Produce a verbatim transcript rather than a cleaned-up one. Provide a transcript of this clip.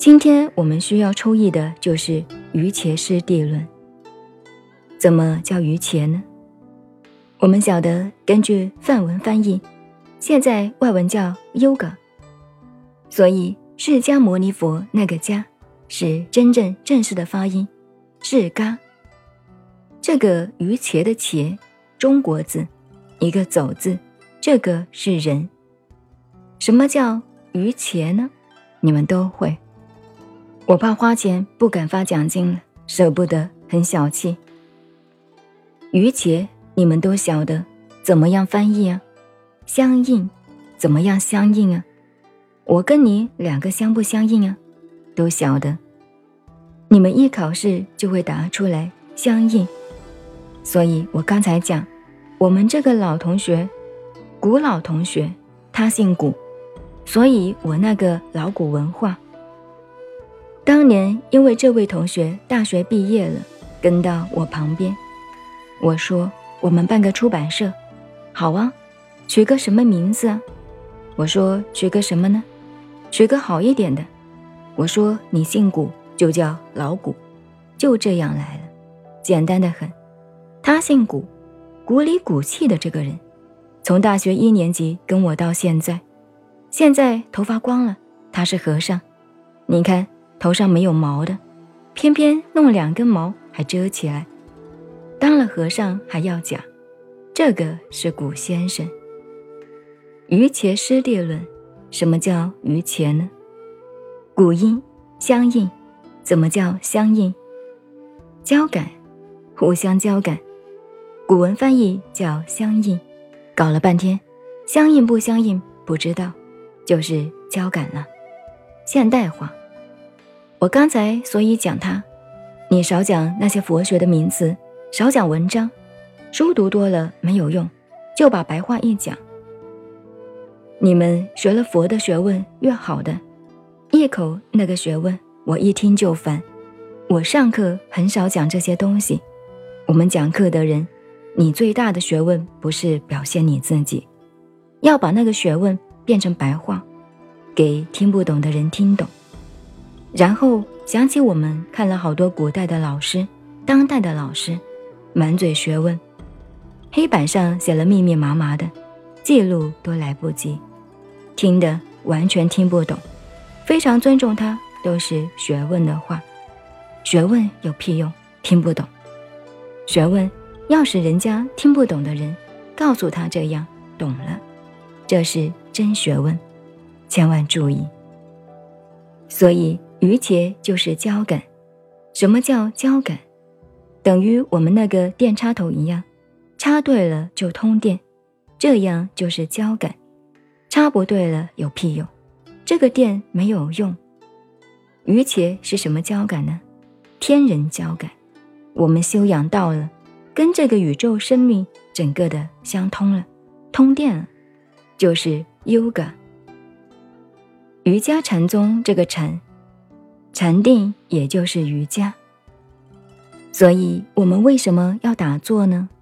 今天我们需要抽译的就是瑜伽师地论。怎么叫瑜伽呢？我们晓得，根据梵文翻译，现在外文叫 yoga， 所以释迦牟尼佛那个迦是真正正式的发音，是嘎。这个瑜伽的伽，中国字，一个走字，这个是人。什么叫瑜伽呢？你们都会。我怕花钱不敢发奖金了，舍不得，很小气。瑜伽你们都晓得怎么样翻译啊？相应，怎么样相应啊？我跟你两个相不相应啊？都晓得。你们一考试就会答出来相应。所以我刚才讲，我们这个老同学，古老同学，他姓古，所以我那个老古文化。当年因为这位同学大学毕业了，跟到我旁边，我说我们办个出版社，好啊，取个什么名字啊？我说取个什么呢？取个好一点的。我说你姓古，就叫老古，就这样来了，简单的很。他姓古，古里古气的这个人，从大学一年级跟我到现在，现在头发光了，他是和尚，你看头上没有毛的，偏偏弄两根毛还遮起来，当了和尚还要假，这个是古先生。瑜伽师地论，什么叫瑜伽呢？古音相应，怎么叫相应？交感，互相交感，古文翻译叫相应，搞了半天，相应不相应不知道，就是交感了。现代化。我刚才所以讲他，你少讲那些佛学的名词，少讲文章，书读多了没有用，就把白话一讲。你们学了佛的学问越好的，一口那个学问我一听就烦。我上课很少讲这些东西，我们讲课的人，你最大的学问不是表现你自己，要把那个学问变成白话，给听不懂的人听懂。然后想起我们看了好多古代的老师，当代的老师，满嘴学问，黑板上写了密密麻麻的，记录都来不及，听得完全听不懂。非常尊重他，都是学问的话。学问有屁用，听不懂。学问要是人家听不懂的人告诉他这样懂了，这是真学问，千万注意。所以瑜伽就是交感。什么叫交感？等于我们那个电插头一样，插对了就通电，这样就是交感。插不对了有屁用，这个电没有用。瑜伽是什么交感呢？天人交感。我们修养到了，跟这个宇宙生命整个的相通了，通电了，就是 yoga。 瑜伽禅宗这个禅，禅定也就是瑜伽。所以我们为什么要打坐呢？